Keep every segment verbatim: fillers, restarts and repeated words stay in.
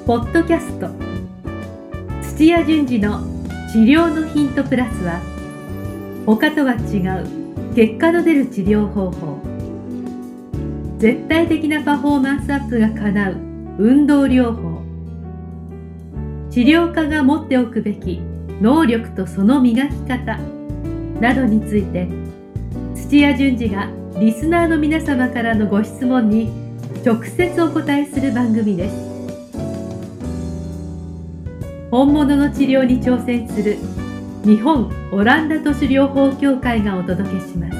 ポッドキャスト土屋順次の治療のヒントプラスは、他とは違う結果の出る治療方法、絶対的なパフォーマンスアップが叶う運動療法、治療家が持っておくべき能力とその磨き方などについて、土屋順次がリスナーの皆様からのご質問に直接お答えする番組です。本物の治療に挑戦する日本オランダ都市療法協会がお届けします。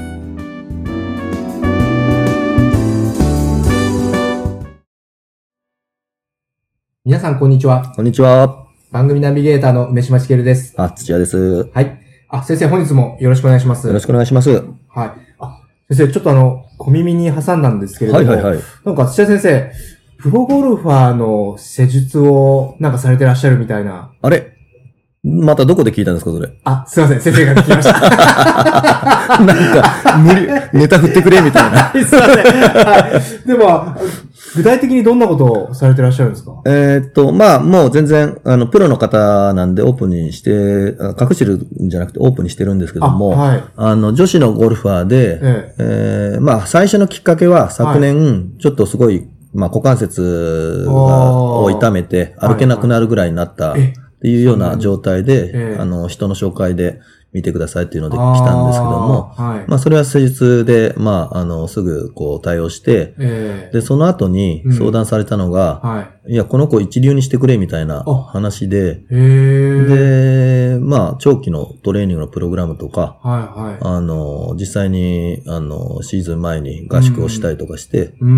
皆さんこんにちは。 こんにちは。 番組ナビゲーターの梅島茂です。 あ、土屋です。 はい。あ、先生本日もよろしくお願いします。 よろしくお願いします。 はい。あ、先生ちょっとあの小耳に挟んだんですけれども、 はいはいはい。 なんか土屋先生、プロゴルファーの施術をなんかされてらっしゃるみたいな。 あれまたどこで聞いたんですかそれ。 あ、すいません、先生が聞きました。 なんか、無理、ネタ振ってくれみたいな。 すいません。はい。でも、具体的にどんなことをされてらっしゃるんですか？ えーっと、まあ、もう全然、あの、プロの方なんでオープンにして、隠してるんじゃなくてオープンにしてるんですけども、 あ、はい。 あの、女子のゴルファーで、えええー、まあ、最初のきっかけは昨年、はい、ちょっとすごい、まあ、股関節がを痛めて歩けなくなるぐらいになった、はいはい、っていうような状態で、えー、あの、人の紹介で見てくださいっていうので来たんですけども、はい、まあ、それは施術で、まあ、あの、すぐこう対応して、えー、で、その後に相談されたのが、うんはい、いや、この子一流にしてくれみたいな話で、で、まあ、長期のトレーニングのプログラムとか、はいはい、あの、実際に、あの、シーズン前に合宿をしたりとかして、うん、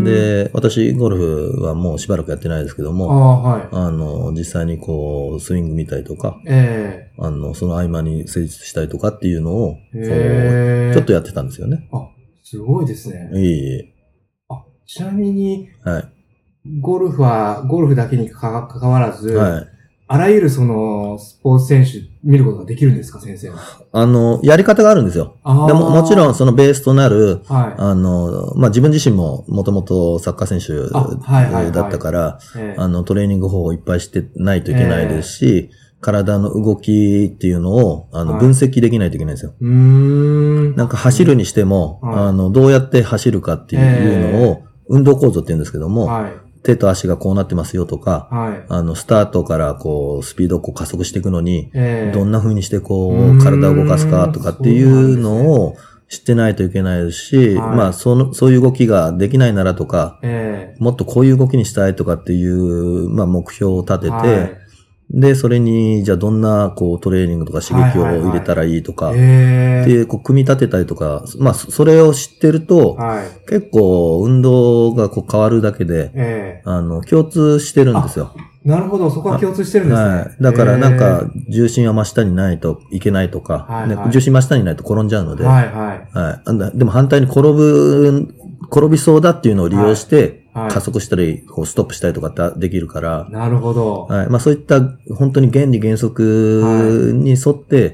で、私、ゴルフはもうしばらくやってないですけども、あ、はい、あの、実際にこう、スイング見たりとか、えー、あの、その合間に施術したりとかっていうのを、ちょっとやってたんですよね。 あ、すごいですね。 いいえ。 あ、ちなみに、はい。ゴルフは、ゴルフだけにかかわらず、はい。あらゆるその、スポーツ選手見ることができるんですか、先生は。 あの、やり方があるんですよ。でも、もちろんそのベースとなる、はい。あの、まあ、自分自身ももともとサッカー選手だったから、あの、トレーニング方法をいっぱいしてないといけないですし、えー体の動きっていうのを、あの、分析できないといけないんですよ。はい、うーんなんか走るにしても、はい、あの、どうやって走るかっていうのを、運動構造って言うんですけども、はい、手と足がこうなってますよとか、はい、あの、スタートからこう、スピードをこう加速していくのに、どんな風にしてこう、体を動かすかとかっていうのを知ってないといけないですし、はい、まあ、その、そういう動きができないならとか、もっとこういう動きにしたいとかっていう、まあ、目標を立てて、はいで、それに、じゃあどんな、こう、トレーニングとか刺激を入れたらいいとか、で、こう、組み立てたりとか、まあ、それを知ってると、はい、結構、運動がこう変わるだけで、えー、あの、共通してるんですよ。 なるほど、そこは共通してるんですね。はい。 だから、なんか、重心は真下にないといけないとか、はいはいね、重心真下にないと転んじゃうので、はいはい。はい。でも反対に転ぶ、転びそうだっていうのを利用して、はい加速したり、こうストップしたりとかってできるから。 なるほど。 はい。まあそういった本当に原理原則に沿って、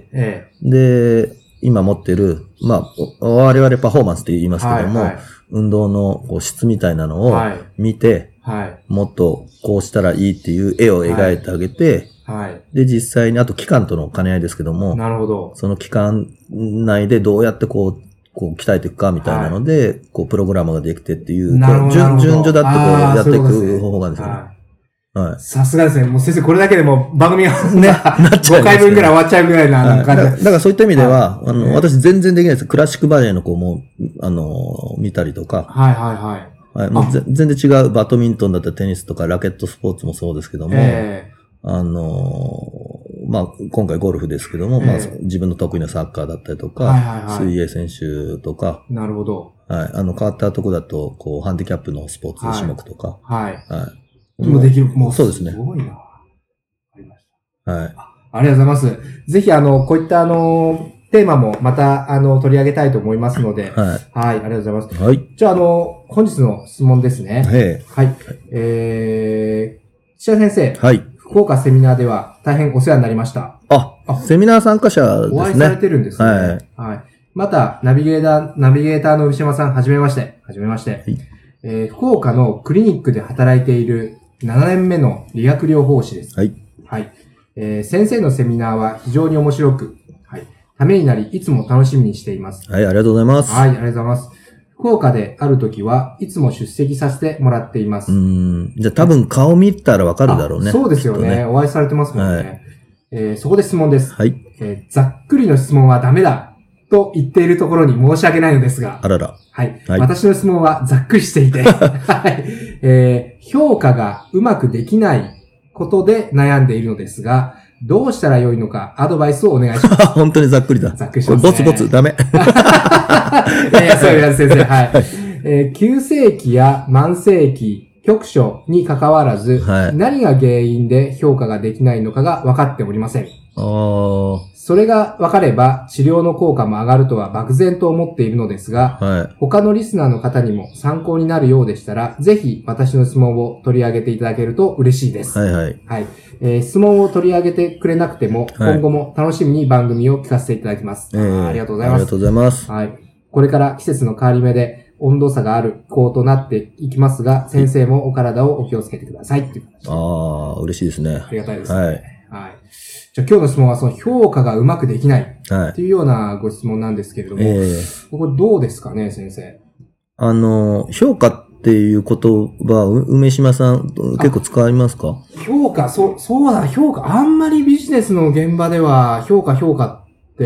はい、で、今持ってる、まあ、我々パフォーマンスって言いますけども、はいはい、運動のこう質みたいなのを見て、はいはい、もっとこうしたらいいっていう絵を描いてあげて、はい、で、実際に、あと期間との兼ね合いですけども、なるほど。その期間内でどうやってこう、こう鍛えていくかみたいなので、はい、こうプログラムができてっていう、順、順序だってこうやっていく方法があるんですよね。 はい。さすがですね。もう先生これだけでも番組がね、なっちゃう。ごかいぶんくらい終わっちゃうぐらいな感じ、はい、だ, だからそういった意味では、はい、あの、私全然できないです。クラシックバレエの子も、あの、見たりとか。はいはいはい。はい、もう全然違うバドミントンだったりテニスとかラケットスポーツもそうですけども、えーあのー、まあ、今回ゴルフですけども、えー、まあ、自分の得意なサッカーだったりとか、はいはいはい、水泳選手とか、 なるほど。 はい。あの、変わったとこだと、こう、ハンディキャップのスポーツ種目とか、はい。はい。はい、 もうできる、もう、 そうですね。 すごいな。わかりました。 はい。 あ、ありがとうございます。ぜひ、あの、こういったあの、テーマもまた、あの、取り上げたいと思いますので、はい。はい、ありがとうございます。はい。じゃあ、あの、本日の質問ですね。はい。はい。えー、土屋先生。はい。福岡セミナーでは大変お世話になりました。 あ、あセミナー参加者ですね。 お会いされてるんですね。はい。はい。また、ナビゲーター、ナビゲーターの牛島さん、はじめまして。はじめまして。はい、えー、福岡のクリニックで働いているななねんめの理学療法士です。 はい。 はい。えー、先生のセミナーは非常に面白く、はい。ためになり、いつも楽しみにしています。 はい、ありがとうございます。 はい、ありがとうございます。福岡であるときはいつも出席させてもらっています。 うん。じゃあ多分顔見たらわかるだろうね。 そうですよね。ねお会いされてますもんね。はい、えー、そこで質問です。 はい、 えー。ざっくりの質問はダメだと言っているところに申し訳ないのですが。 あらら。 はい。はい、私の質問はざっくりしていて、はい。えー、評価がうまくできないことで悩んでいるのですが、どうしたらよいのかアドバイスをお願いします。 本当にざっくりだ。 ざっくりしますね。 ボツボツダメ。 いやいや、そういう先生。はい。えー、急性期や慢性期、局所に関わらず、はい、何が原因で評価ができないのかが分かっておりません。 あー。 それが分かれば治療の効果も上がるとは漠然と思っているのですが、はい、他のリスナーの方にも参考になるようでしたら、ぜひ私の質問を取り上げていただけると嬉しいです。 はいはい。 はい。えー、質問を取り上げてくれなくても、はい、今後も楽しみに番組を聞かせていただきます。えー、ありがとうございます。 ありがとうございます。 はい。これから季節の変わり目で温度差がある気候となっていきますが、先生もお体をお気をつけてくださいっていう形。ああ、嬉しいですね。 ありがたいですね。 はい。 はい。じゃあ今日の質問はその評価がうまくできないっていうようなご質問なんですけれども、はい、えー、これどうですかね、先生。 あの、評価っていう言葉、梅島さん結構使いますか？ 評価、そう、そうだ、評価。あんまりビジネスの現場では評価、評価って、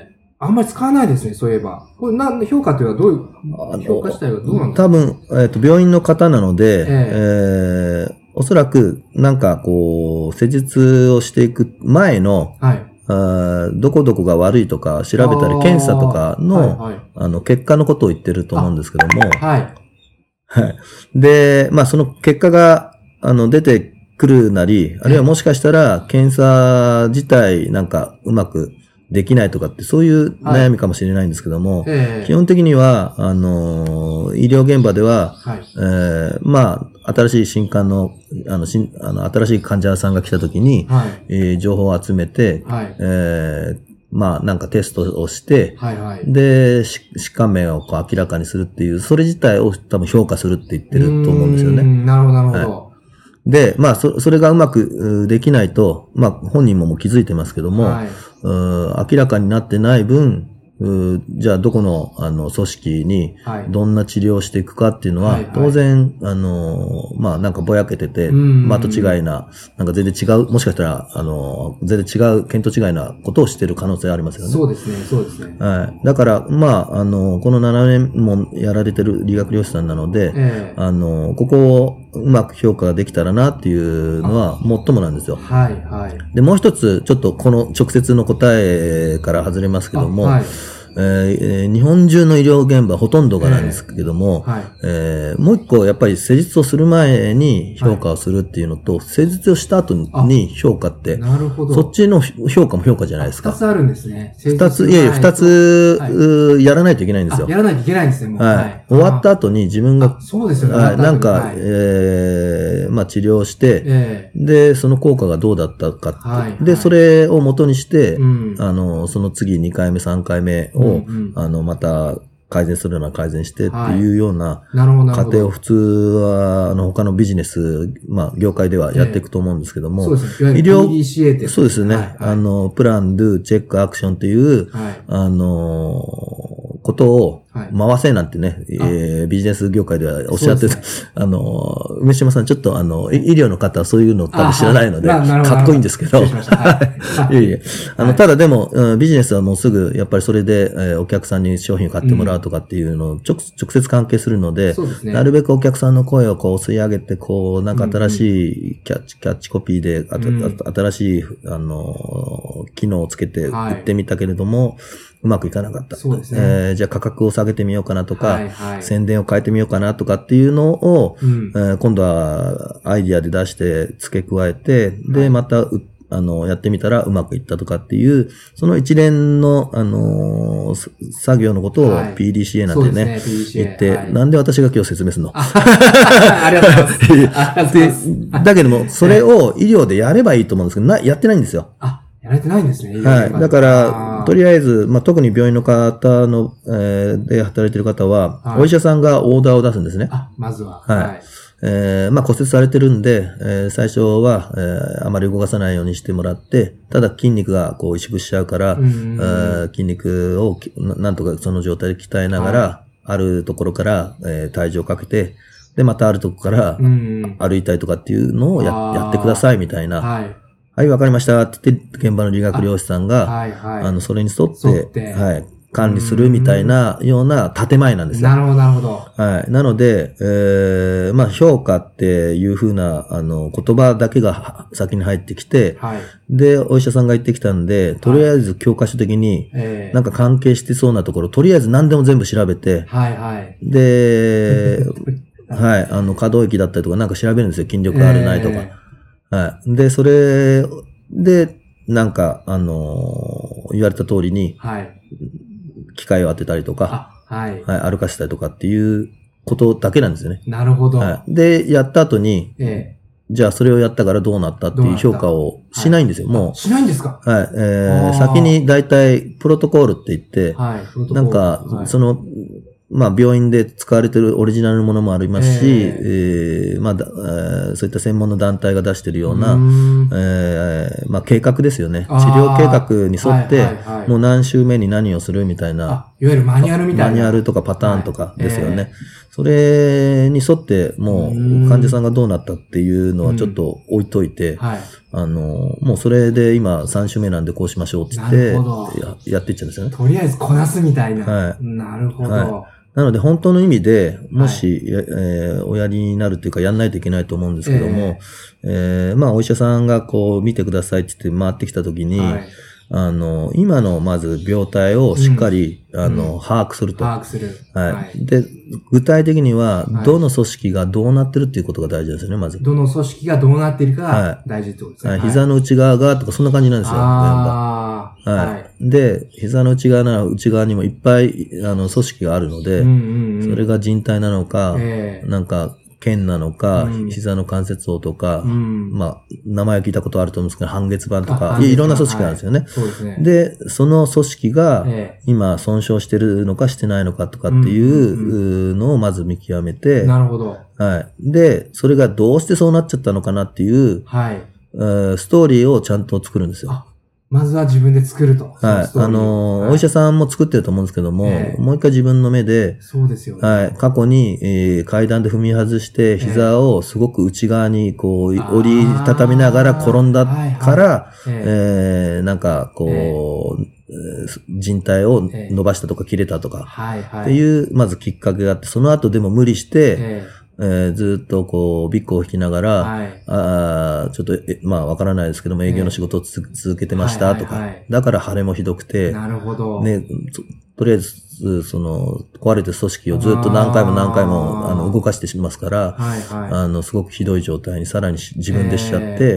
あんまり使わないですね、そういえば。これなん評価というのはどういう、評価自体はどうなんですか？ 多分、えっと、病院の方なので、えー、えー、おそらく、なんかこう、施術をしていく前の、はい。あどこどこが悪いとか調べたり検査とかの、はいはい、あの、結果のことを言ってると思うんですけども、はい。はい。で、まあその結果が、あの、出てくるなり、あるいはもしかしたら、検査自体なんかうまくできないとかって、そういう悩みかもしれないんですけども、はい、基本的には、あの、医療現場では、はい、えー、まあ、新しい新患の、あの、新、あの、新しい患者さんが来た時に、はい、えー、情報を集めて、はい、えー、まあ、なんかテストをして、はいはい、で、疾患名をこう明らかにするっていう、それ自体を多分評価するって言ってると思うんですよね。 なるほど、なるほど。 はい、で、まあ、そ、それがうまくできないと、まあ、本人ももう気づいてますけども、はい、う明らかになってない分、じゃあどこのあの組織にどんな治療をしていくかっていうのは、当然、あの、まあなんかぼやけてて、まあと違いな、なんか全然違う、もしかしたら、あの、全然違う、見当違いなことをしている可能性ありますよね。 そうですね、そうですね。 はい。だから、まあ、あの、このななねんもやられてる理学療師さんなので、えー、あの、ここをうまく評価ができたらなっていうのは、最もなんですよ。 はい、はい。 で、もう一つ、ちょっとこの直接の答えから外れますけども、はい、えー、日本中の医療現場ほとんどがなんですけども、えーはいえー、もう一個やっぱり施術をする前に評価をするっていうのと、はい、施術をした後に評価って、なるほど。そっちの評価も評価じゃないですか。 二つあるんですね。 二つ、いやいや、二つ、はい、やらないといけないんですよ。 やらないといけないんですね、もう。 はい。はい、終わった後に自分が、 そうですよね。 はい、なんか、はい、えー、まあ治療して、えー、で、その効果がどうだったかって、はい、で、それを元にして、うん、あの、その次にかいめ、さんかいめを、うんうん、あの、また改善するような改善してっていうような過程を普通は、あの、他のビジネス、まあ、業界ではやっていくと思うんですけども、 そうですね。医療、ピーディーシーエー って。 そうですね。はいはい、あの、プラン、ドゥ、チェック、アクションっていう、はい、あの、ことを回せなんてね、はい、えー、ビジネス業界ではおっしゃってた、ね、あの、梅島さんちょっとあの、医療の方はそういうの多分知らないので、かっこいいんですけど、はい、いえいえ、あの、ただでも、ビジネスはもうすぐ、やっぱりそれで、えー、お客さんに商品を買ってもらうとかっていうのを直、直接関係するので、そうですね、なるべくお客さんの声をこう吸い上げて、こう、なんか新しいキャッチ、キャッチコピーで、あと、うん、新しい、あの、機能をつけて売ってみたけれども、はいうまくいかなかった。そうですね。えー、じゃあ価格を下げてみようかなとか、はいはい、宣伝を変えてみようかなとかっていうのを、うんえー、今度はアイディアで出して付け加えて、で、はい、また、あの、やってみたらうまくいったとかっていう、その一連の、あのー、作業のことを ピーディーシーエー なんてね、はい、ね言って、はい、なんで私が今日説明するのありがとうございます。ありがとうございます。 だけども、それを医療でやればいいと思うんですけど、なやってないんですよ。 あやられてないんですね。 はい。だから、とりあえず、まあ、特に病院の方の、えー、で働いている方は、はい、お医者さんがオーダーを出すんですね。 あ、まずは。 はい。はい、 えー、まあ骨折されてるんで、えー、最初は、えー、あまり動かさないようにしてもらって、ただ筋肉がこう萎縮しちゃうから、うんうんえー、筋肉をなんとかその状態で鍛えながら、はい、あるところから、えー、体重をかけて、で、またあるところから歩いたりとかっていうのを や,、うん、やってくださいみたいな。はい、はい、わかりましたって言って、現場の理学療師さんが、はいはい、あの、それに沿って、沿ってはい。管理するみたいなような建前なんですよ。 なるほど、なるほど。 はい。なので、えー、まあ、評価っていう風な、あの、言葉だけが先に入ってきて、はい。で、お医者さんが言ってきたんで、とりあえず教科書的に、なんか関係してそうなところ、とりあえず何でも全部調べて、はいはい。で、はい。あの、可動域だったりとかなんか調べるんですよ。筋力あるないとか。えー、はい。で、それで、なんか、あのー、言われた通りに、はい。機械を当てたりとか、はい、はい、歩かせたりとかっていうことだけなんですよね。 なるほど。 はい、で、やった後に、ええ、じゃあそれをやったからどうなったっていう評価をしないんですよ。はい、もう。 しないんですか？ はい。えー、先に大体プロトコールって言って、はい、なんか、はい、その、まあ、病院で使われてるオリジナルのものもありますし、えー、えー、まあ、えー、そういった専門の団体が出しているような、うえー、まあ、計画ですよね。治療計画に沿って、はいはいはい、もう何週目に何をするみたいな。いわゆるマニュアルみたいな。 マニュアルとかパターンとかですよね。はいえー、それに沿って、もう、患者さんがどうなったっていうのはちょっと置いといて、はい、あの、もうそれで今さん週目なんでこうしましょうって言ってや、やっていっちゃうんですよね。 とりあえずこなすみたいな。はい。なるほど。はいなので本当の意味で、もし、はいえー、おやりになるというかやんないといけないと思うんですけども、えー、えー、まあお医者さんがこう見てくださいって言って回ってきたときに、はい、あの、今のまず病態をしっかり、うん、あの、うん、把握すると。 把握する。 はい。はい、で、具体的には、どの組織がどうなってるっていうことが大事ですよね、まず。 どの組織がどうなっているかが大事ってことですね。 はい。膝の内側がとか、そんな感じなんですよ、 あ現場。はい。はい、で、膝の内側なら内側にもいっぱい、あの、組織があるので、うんうんうん、それが靭帯なのか、えー、なんか、腱なのか、うん、膝の関節層とか、うん、まあ、名前を聞いたことあると思うんですけど、半月板とか、いろんな組織があるんですよね。はい、そうですね。で、その組織が、今、損傷してるのかしてないのかとかっていうのをまず見極めて、 なるほど。 はい。で、それがどうしてそうなっちゃったのかなっていう、はい。ストーリーをちゃんと作るんですよ。 まずは自分で作ると。 はい。あのーはい、お医者さんも作ってると思うんですけども、えー、もう一回自分の目で、 そうですよね。 はい。過去に、えー、階段で踏み外して、膝をすごく内側に、こう、折りたたみながら転んだから、はいはい、えー、えー、なんか、こう、えー、靭帯を伸ばしたとか切れたとか、はいはい、っていう、まずきっかけがあって、その後でも無理して、えーえー、ずっとこう、ビッグを引きながら、はい、あちょっと、まあわからないですけども、営業の仕事をつ、えー、続けてましたとか、はいはいはい、だから腫れもひどくて、 なるほど。 ね、とりあえず、その、壊れてる組織をずっと何回も何回も、あの、動かしてしますから、はいはい、あの、すごくひどい状態にさらに自分でしちゃって、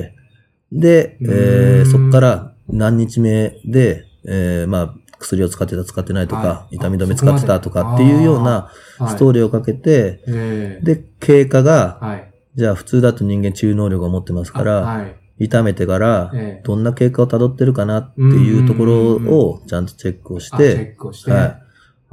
えー、で、えー、そこから何日目で、えー、まあ、薬を使ってた使ってないとか、はい、痛み止め使ってたとかっていうようなストーリーをかけて、はい、で、経過が、はい、じゃあ普通だと人間治癒能力を持ってますから、はい、痛めてから、どんな経過を辿ってるかなっていうところをちゃんとチェックをして、 チェックをして、 はい。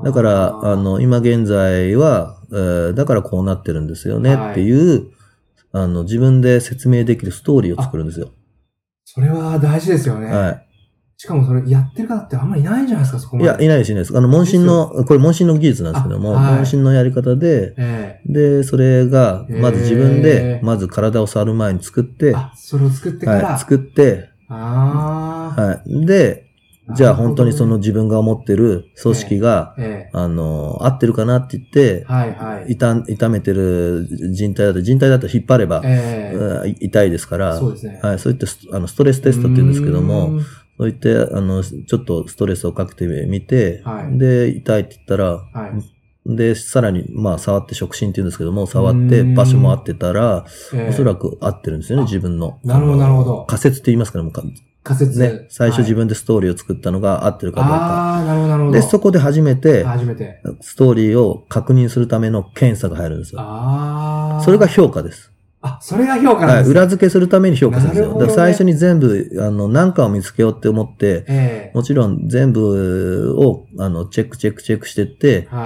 だから、あの、今現在は、えー、だからこうなってるんですよねっていう、はい、あの、自分で説明できるストーリーを作るんですよ。 それは大事ですよね。はい。しかもそれやってる方ってあんまりいないんじゃないですか、そこまで。 いや、いないです、いないです。あの、問診の、これ問診の技術なんですけども、はい、問診のやり方で、えー、で、それが、まず自分で、まず体を触る前に作って、 あ、それを作ってから。 はい、作って、 あはい。で、じゃあ本当にその自分が思ってる組織が、えーえー、あの、合ってるかなって言って、はいはい。痛、痛めてる人体だと、人体だと引っ張れば、えー、痛いですから、そうですね。はい。そういったあのストレステストって言うんですけども、そう言って、あの、ちょっとストレスをかけてみて、はい、で、痛いって言ったら、はい、で、さらに、まあ、触って触診って言うんですけども、触って場所も合ってたら、えー、おそらく合ってるんですよね、自分の。 なるほど、なるほど。 仮説って言いますから、 仮説ね。最初自分でストーリーを作ったのが合ってるかどうか。 ああ、なるほど、なるほど。 で、そこで初めて、 初めて、 ストーリーを確認するための検査が入るんですよ。ああ。それが評価です。 あ、それが評価なんですね。 はい、裏付けするために評価するんですよ。ね、だから最初に全部、あの、何かを見つけようって思って、えー、もちろん全部を、あの、チェックチェックチェックしてって、はい、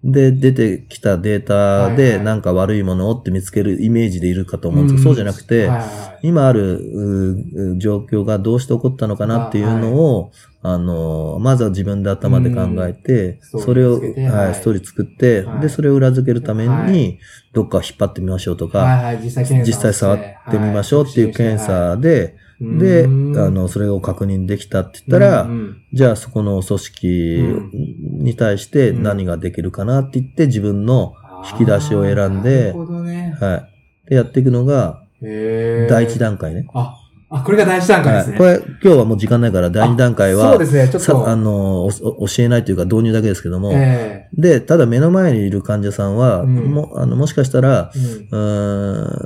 で、出てきたデータでなんか悪いものをって見つけるイメージでいるかと思うんですけど、そうじゃなくて、今ある状況がどうして起こったのかなっていうのを、あの、まずは自分で頭で考えて、それを、はい、ストーリー作って、で、それを裏付けるために、どっか引っ張ってみましょうとか、実際触ってみましょうっていう検査で、で、あの、それを確認できたって言ったら、うんうん、じゃあそこの組織に対して何ができるかなって言って自分の引き出しを選んで、 なるほどね、 はい。で、やっていくのが、第一段階ね。 あ、あ、これが第一段階ですね。 はい、これ、今日はもう時間ないから第二段階は、 そうですね、ちょっと。 あの、教えないというか導入だけですけども、で、ただ目の前にいる患者さんは、うん、も, あのもしかしたら、うん、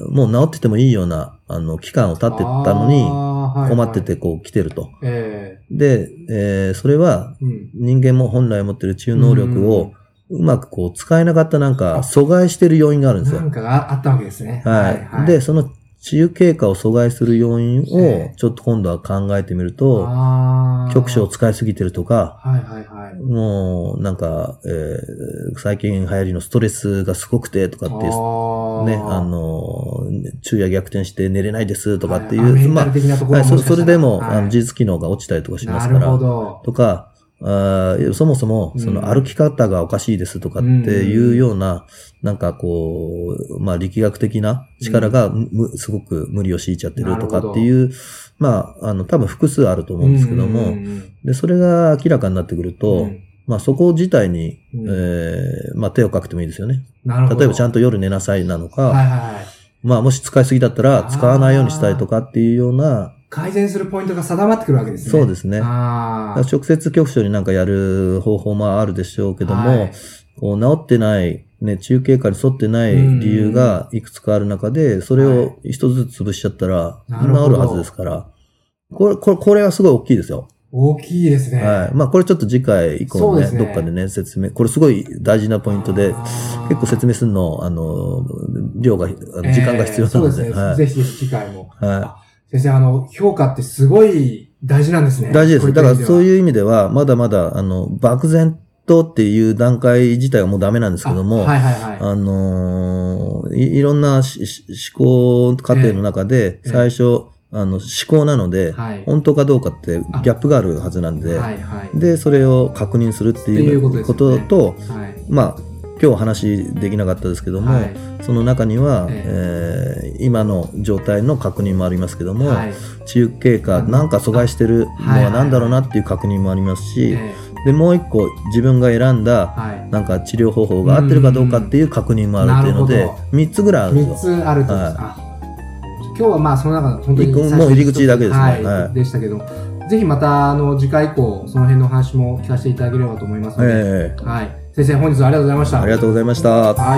うーんもう治っててもいいような、あの、期間を経ってたのに、困っててこう来てると。はいはい、で、えー、それは、人間も本来持ってる治癒能力を、うまくこう使えなかったなんか阻害してる要因があるんですよ。 なんかがあったわけですね。 はい。はいはい、で、その治癒経過を阻害する要因をちょっと今度は考えてみると、局所を使いすぎてるとか、 はいはいはい、 もうなんか、えー、最近流行りのストレスがすごくてとかっていう、ね、あの、昼夜逆転して寝れないですとかっていう、はい、 まあ、 はい、そ, それでも、はい、あの自律機能が落ちたりとかしますから、とか、あそもそも、その歩き方がおかしいですとかっていうような、うん、なんかこう、まあ力学的な力が、うん、すごく無理を強いちゃってるとかっていう、まあ、あの、多分複数あると思うんですけども、で、それが明らかになってくると、うん、まあそこ自体に、うん、えー、まあ手をかけてもいいですよね。 なるほど。 例えばちゃんと夜寝なさいなのか、 はいはいはい、 まあもし使いすぎだったら使わないようにしたいとかっていうような、 改善するポイントが定まってくるわけですね。 そうですね。直接局所になんかやる方法もあるでしょうけども、はい、こう治ってない、ね、治癒経過に沿ってない理由がいくつかある中で、それを一つずつ潰しちゃったら、治るはずですから、これ、これ、これはすごい大きいですよ。 大きいですね。 はい。まあこれちょっと次回以降ね、ねどっかでね、説明、これすごい大事なポイントで、結構説明するの、あの、量が、時間が必要なので。えー、そうですね。 はい、ぜひぜひ次回も。 はい。 先生、あの、評価ってすごい大事なんですね。 大事です。だからそういう意味では、まだまだ、あの、漠然とっていう段階自体はもうダメなんですけども、あ、 はいはいはい、 あのー、い、いろんな思考過程の中で、最初、えーえー、あの、思考なので、はい、本当かどうかってギャップがあるはずなんで、はいはい、で、それを確認するっていうことと、ね、はい、まあ、今日話できなかったですけども、はい、その中には、えーえー、今の状態の確認もありますけども、はい、治癒経過なんか阻害してるのは何だろうなっていう確認もありますし、はいはい、でもう一個自分が選んだ、はい、なんか治療方法が合ってるかどうかっていう確認もあるっていうので、みっつぐらいあるんですよ。 みっつあると、はい、今日はまあその中の本当に最初もう入り口だけですね、 はいはい、でしたけど、ぜひまたあの次回以降その辺のお話も聞かせていただければと思いますので、えー、はい、先生本日はありがとうございました。 ありがとうございました。 はい。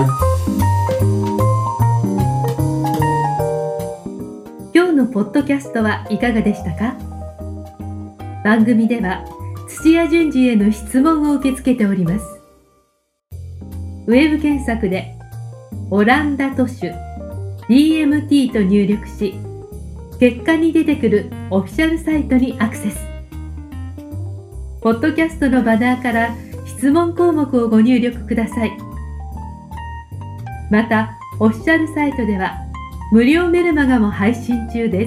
今日のポッドキャストはいかがでしたか？番組では土屋順次への質問を受け付けております。ウェブ検索でオランダ都市 ディーエムティー と入力し、結果に出てくるオフィシャルサイトにアクセス。ポッドキャストのバナーから質問項目をご入力ください。また、オフィシャルサイトでは無料メルマガも配信中です。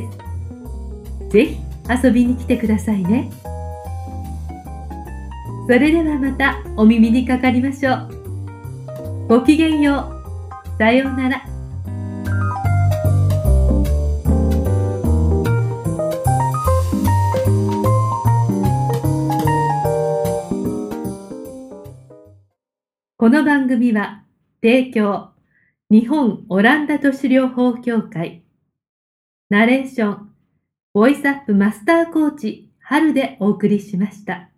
ぜひ遊びに来てくださいね。それではまたお耳にかかりましょう。ごきげんよう。さようなら。この番組は提供日本オランダ都市療法協会、ナレーションボイスアップマスターコーチ春でお送りしました。